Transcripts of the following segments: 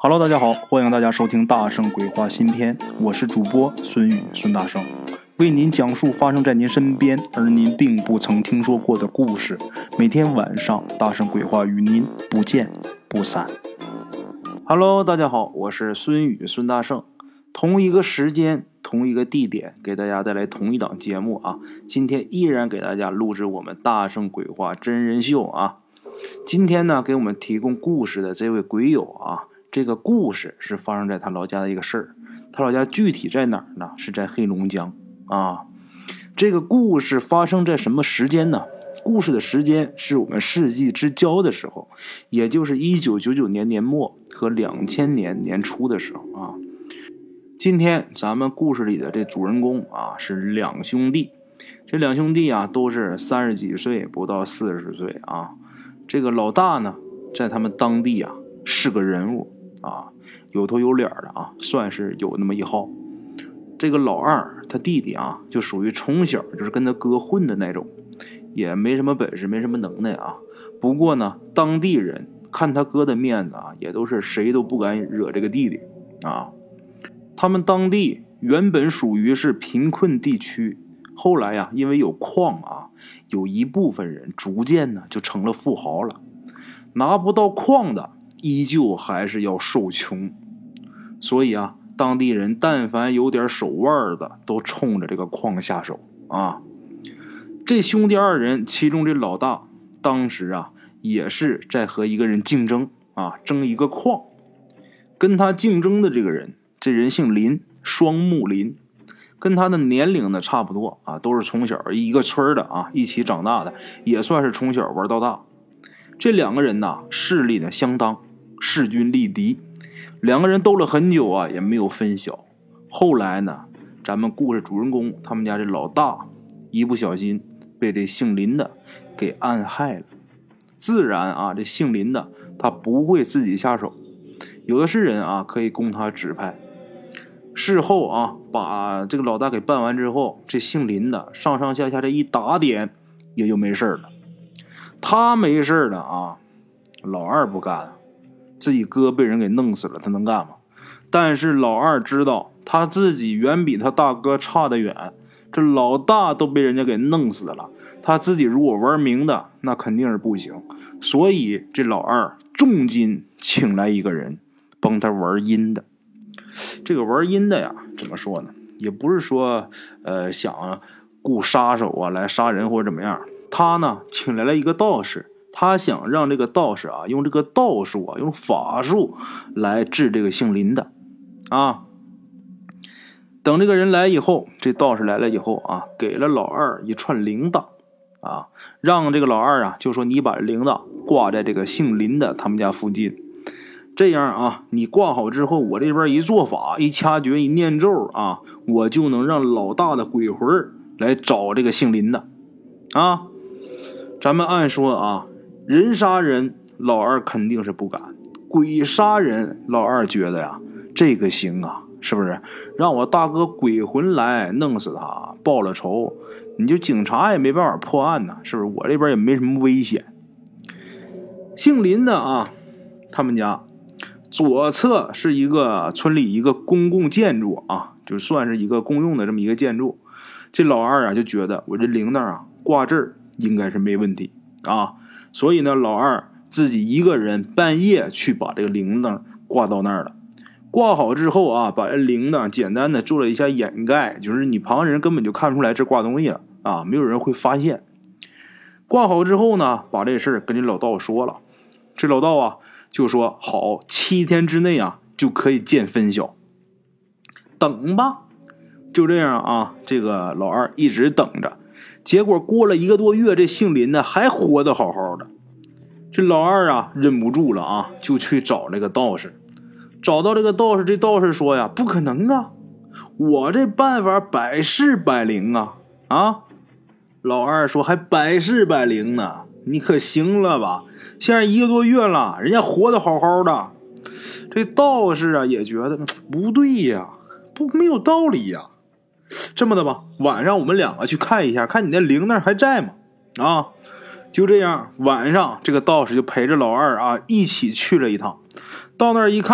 Hello， 大家好，欢迎大家收听大圣鬼话新篇，我是主播孙宇，孙大圣，为您讲述发生在您身边而您并不曾听说过的故事。每天晚上大圣鬼话与您不见不散。Hello， 大家好，我是孙宇，孙大圣，同一个时间同一个地点给大家带来同一档节目啊。今天依然给大家录制我们大圣鬼话真人秀啊。今天呢，给我们提供故事的这位鬼友啊，这个故事是发生在他老家的一个事儿。他老家具体在哪儿呢？是在黑龙江啊。这个故事发生在什么时间呢？故事的时间是我们世纪之交的时候，也就是1999年年末和2000年年初的时候啊。今天咱们故事里的这主人公啊是两兄弟，这两兄弟啊都是30几岁，不到40岁啊。这个老大呢，在他们当地啊是个人物啊，有头有脸的啊，算是有那么一号。这个老二他弟弟啊，就属于从小就是跟他哥混的那种，也没什么本事，没什么能耐啊。不过呢，当地人看他哥的面子啊，也都是谁都不敢惹这个弟弟啊。他们当地原本属于是贫困地区，后来呀，因为有矿啊，有一部分人逐渐呢就成了富豪了。拿不到矿的依旧还是要受穷，所以啊，当地人但凡有点手腕的都冲着这个矿下手啊。这兄弟二人其中这老大当时啊也是在和一个人竞争啊，争一个矿。跟他竞争的这个人，这人姓林，双木林，跟他的年龄呢差不多啊，都是从小一个村的啊，一起长大的，也算是从小玩到大。这两个人呢，势力呢相当，势均力敌，两个人斗了很久啊，也没有分晓。后来呢，咱们故事主人公他们家这老大一不小心被这姓林的给暗害了。自然啊，这姓林的他不会自己下手，有的是人啊可以供他指派。事后啊，把这个老大给办完之后，这姓林的上上下下这一打点也就没事了。他没事了啊，老二不干了，自己哥被人给弄死了，他能干吗？但是老二知道他自己远比他大哥差得远，这老大都被人家给弄死了，他自己如果玩明的那肯定是不行。所以这老二重金请来一个人帮他玩阴的。这个玩阴的呀，怎么说呢？也不是说想雇杀手啊来杀人或者怎么样。他呢请来了一个道士，他想让这个道士啊用这个道术啊，用法术来治这个姓林的啊。等这个人来以后，这道士来了以后啊，给了老二一串铃铛啊，让这个老二啊就说你把铃铛挂在这个姓林的他们家附近。这样啊，你挂好之后，我这边一做法，一掐诀，一念咒啊，我就能让老大的鬼魂来找这个姓林的啊。咱们按说啊，人杀人老二肯定是不敢，鬼杀人老二觉得呀这个行啊，是不是？让我大哥鬼魂来弄死他，报了仇，你就警察也没办法破案呢，是不是？我这边也没什么危险。姓林的啊，他们家左侧是一个村里一个公共建筑啊，就算是一个公用的这么一个建筑。这老二啊就觉得我这铃铛啊挂这儿应该是没问题啊，所以呢，老二自己一个人半夜去把这个铃铛挂到那儿了。挂好之后啊，把这铃铛简单的做了一下掩盖，就是你旁人根本就看不出来这挂东西了啊，没有人会发现。挂好之后呢，把这事儿跟这老道说了。这老道啊就说好，7天之内啊就可以见分晓。等吧。就这样啊，这个老二一直等着。结果过了1个多月，这姓林的还活得好好的。这老二啊忍不住了啊，就去找这个道士。找到这个道士，这道士说呀，不可能啊，我这办法百试百灵啊。啊，老二说还百试百灵呢，你可行了吧？现在1个多月了，人家活得好好的。这道士啊也觉得不对呀，没有道理呀。这么的吧，晚上我们2个去看一下，看你那铃铛还在吗？啊，就这样，晚上这个道士就陪着老二啊一起去了一趟。到那儿一看，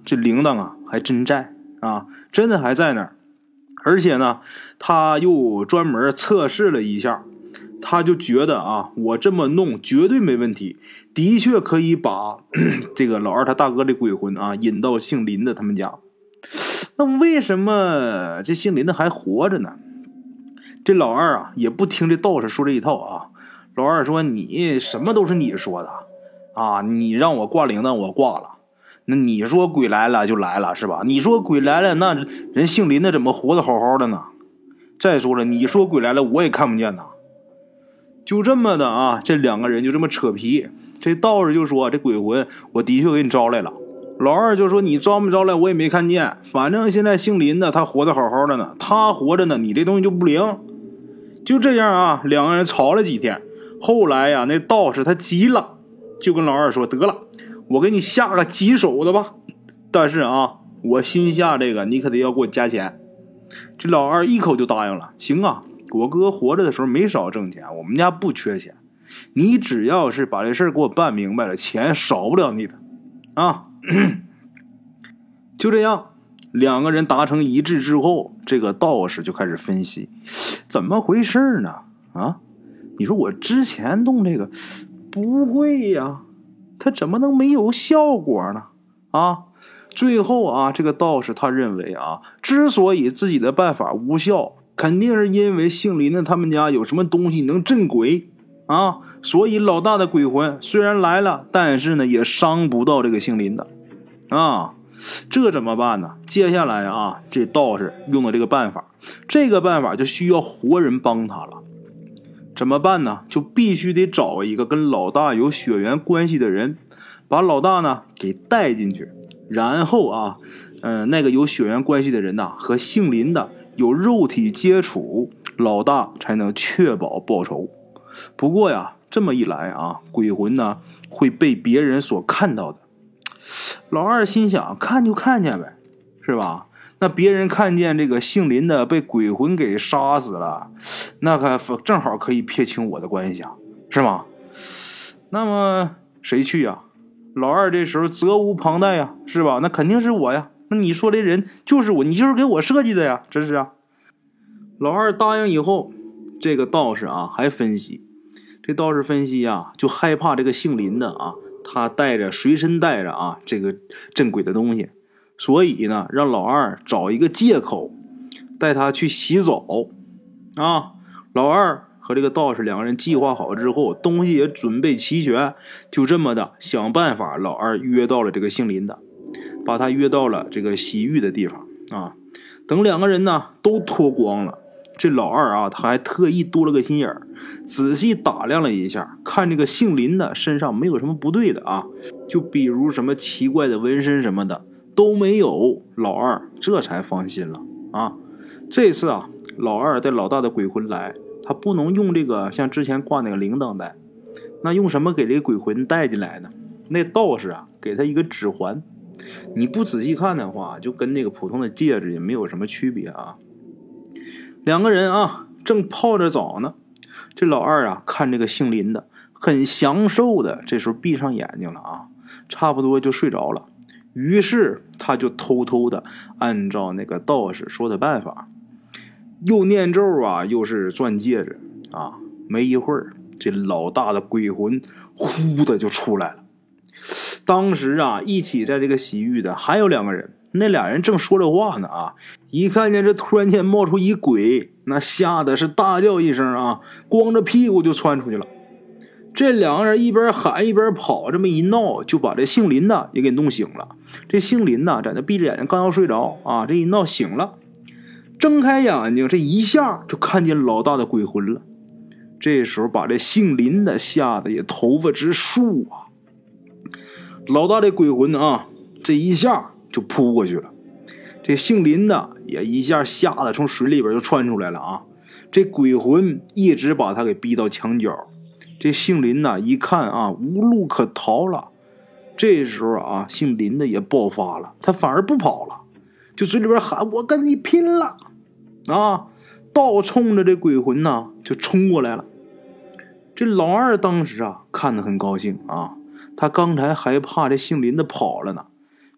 这铃铛啊还真在啊，真的还在那儿。而且呢，他又专门测试了一下，他就觉得啊，我这么弄绝对没问题，的确可以把这个老二他大哥的鬼魂啊引到姓林的他们家。那为什么这姓林的还活着呢？这老二啊也不听这道士说这一套啊。老二说，你什么都是你说的啊，你让我挂铃铛我挂了，那你说鬼来了就来了是吧？你说鬼来了，那人姓林的怎么活得好好的呢？再说了，你说鬼来了我也看不见呐。就这么的啊，这两个人就这么扯皮。这道士就说，这鬼魂我的确给你招来了。老二就说，你招没招来我也没看见，反正现在姓林的他活得好好的呢，他活着呢，你这东西就不灵。就这样啊，两个人吵了几天。后来呀，那道士他急了，就跟老二说，得了，我给你下个棘手的吧，但是啊，我新下这个你可得要给我加钱。这老二一口就答应了，行啊，我哥活着的时候没少挣钱，我们家不缺钱，你只要是把这事儿给我办明白了，钱少不了你的啊。就这样，两个人达成一致之后，这个道士就开始分析怎么回事呢？啊，你说我之前弄这个不会呀，他怎么能没有效果呢？啊，最后啊，这个道士他认为啊，之所以自己的办法无效，肯定是因为姓林的他们家有什么东西能镇鬼啊，所以老大的鬼魂虽然来了，但是呢也伤不到这个姓林的啊。这怎么办呢？接下来啊，这道士用的这个办法，这个办法就需要活人帮他了。怎么办呢？就必须得找一个跟老大有血缘关系的人，把老大呢给带进去，然后啊，那个有血缘关系的人呐，和姓林的有肉体接触，老大才能确保报仇。不过呀，这么一来啊，鬼魂呢会被别人所看到的。老二心想，看就看见呗，是吧？那别人看见这个姓林的被鬼魂给杀死了，那可正好可以撇清我的关系啊，是吗？那么谁去啊？老二这时候责无旁贷呀，是吧？那肯定是我呀。那你说这人就是我，你就是给我设计的呀，真是啊。老二答应以后，这个道士啊还分析，这道士分析啊，就害怕这个姓林的啊，他随身带着啊这个镇鬼的东西，所以呢让老二找一个借口带他去洗澡啊。老二和这个道士两个人计划好之后，东西也准备齐全，就这么的想办法，老二约到了这个姓林的，把他约到了这个洗浴的地方啊。等两个人呢都脱光了，这老二啊，他还特意多了个心眼儿，仔细打量了一下，看这个姓林的身上没有什么不对的啊，就比如什么奇怪的纹身什么的都没有，老二这才放心了啊。这次啊，老二带老大的鬼魂来，他不能用这个像之前挂那个铃铛带，那用什么给这个鬼魂带进来呢？那道士啊，给他一个指环，你不仔细看的话，就跟那个普通的戒指也没有什么区别啊。两个人啊正泡着澡呢，这老二啊看这个姓林的很享受的，这时候闭上眼睛了啊，差不多就睡着了。于是他就偷偷的按照那个道士说的办法，又念咒啊，又是转戒指啊。没一会儿，这老大的鬼魂呼的就出来了。当时啊，一起在这个洗浴的还有两个人，那俩人正说着话呢啊，一看见这突然间冒出一鬼，那吓得是大叫一声啊，光着屁股就窜出去了。这两个人一边喊一边跑，这么一闹，就把这姓林的也给弄醒了。这姓林的在那闭着眼睛刚要睡着啊，这一闹醒了，睁开眼睛，这一下就看见老大的鬼魂了。这时候把这姓林的吓得也头发直竖啊。老大的鬼魂啊，这一下就扑过去了，这姓林的也一下吓得从水里边就窜出来了啊。这鬼魂一直把他给逼到墙角，这姓林的一看啊，无路可逃了。这时候啊，姓林的也爆发了，他反而不跑了，就嘴里边喊，我跟你拼了啊，倒冲着这鬼魂呢就冲过来了。这老二当时啊看得很高兴啊，他刚才还怕这姓林的跑了呢，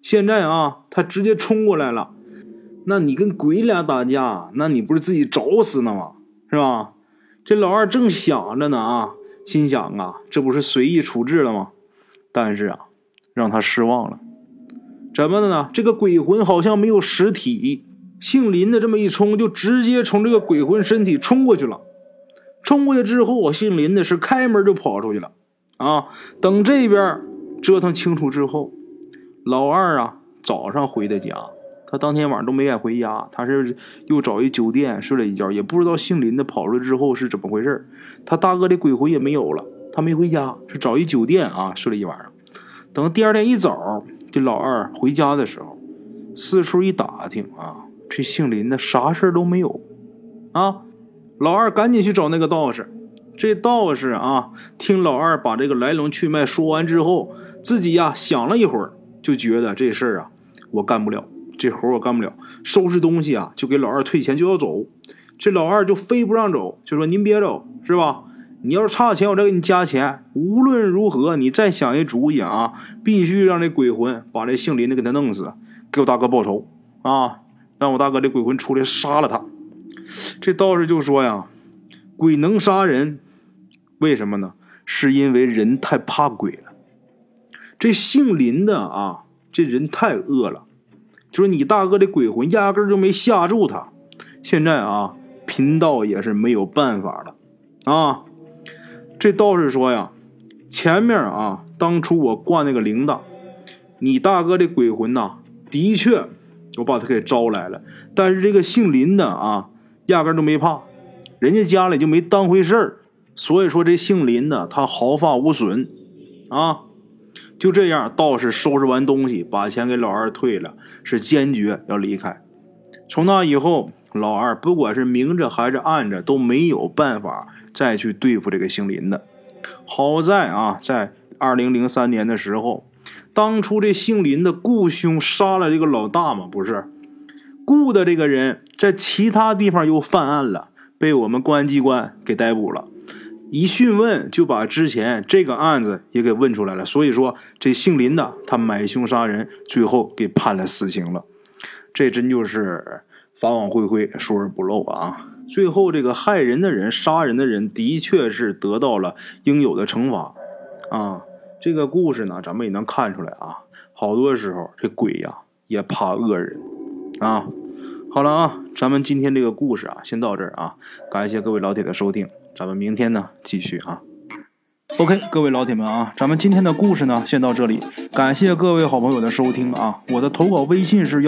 现在啊，他直接冲过来了。那你跟鬼俩打架，那你不是自己找死呢吗？是吧？这老二正想着呢啊，心想啊，这不是随意处置了吗？但是啊，让他失望了。怎么的呢？这个鬼魂好像没有实体，姓林的这么一冲，就直接从这个鬼魂身体冲过去了。冲过去之后，姓林的是开门就跑出去了啊。等这边折腾清楚之后，老二啊早上回的家。他当天晚上都没敢回家，他是又找一酒店睡了一觉，也不知道姓林的跑出来之后是怎么回事。他大哥的鬼魂也没有了，他没回家，是找一酒店啊睡了一晚上。等第二天一早，这老二回家的时候，四处一打听啊，这姓林的啥事都没有啊。老二赶紧去找那个道士。这道士啊，听老二把这个来龙去脉说完之后，自己呀想了一会儿，就觉得这事儿啊我干不了，这活我干不了，收拾东西啊就给老二退钱就要走。这老二就非不让走，就说您别走，是吧？你要是差钱我再给你加钱，无论如何你再想一主意啊，必须让这鬼魂把这姓林的给他弄死，给我大哥报仇啊，让我大哥这鬼魂出来杀了他。这道士就说呀，鬼能杀人，为什么呢？是因为人太怕鬼了。这姓林的啊，这人太恶了，就是你大哥的鬼魂压根就没吓住他。现在啊，贫道也是没有办法了啊。这道士说呀，前面啊，当初我挂那个铃铛，你大哥的鬼魂呐，的确我把他给招来了，但是这个姓林的啊，压根都没怕，人家家里就没当回事儿，所以说这姓林的他毫发无损啊。就这样，道士收拾完东西，把钱给老二退了，是坚决要离开。从那以后，老二不管是明着还是暗着，都没有办法再去对付这个姓林的。好在啊，在2003年的时候，当初这姓林的雇凶杀了这个老大嘛，不是雇的这个人在其他地方又犯案了，被我们公安机关给逮捕了。一讯问就把之前这个案子也给问出来了，所以说这姓林的他买凶杀人，最后给判了死刑了。这真就是法网恢恢，疏而不漏啊！最后这个害人的人、杀人的人的确是得到了应有的惩罚啊。这个故事呢，咱们也能看出来啊，好多时候这鬼呀也怕恶人啊。好了啊，咱们今天这个故事啊先到这儿啊，感谢各位老铁的收听，咱们明天呢继续啊。OK， 各位老铁们啊，咱们今天的故事呢先到这里，感谢各位好朋友的收听啊。我的投稿微信是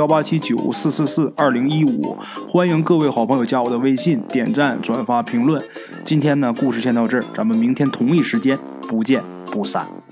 18794442015，欢迎各位好朋友加我的微信，点赞、转发、评论。今天呢故事先到这儿，咱们明天同一时间不见不散。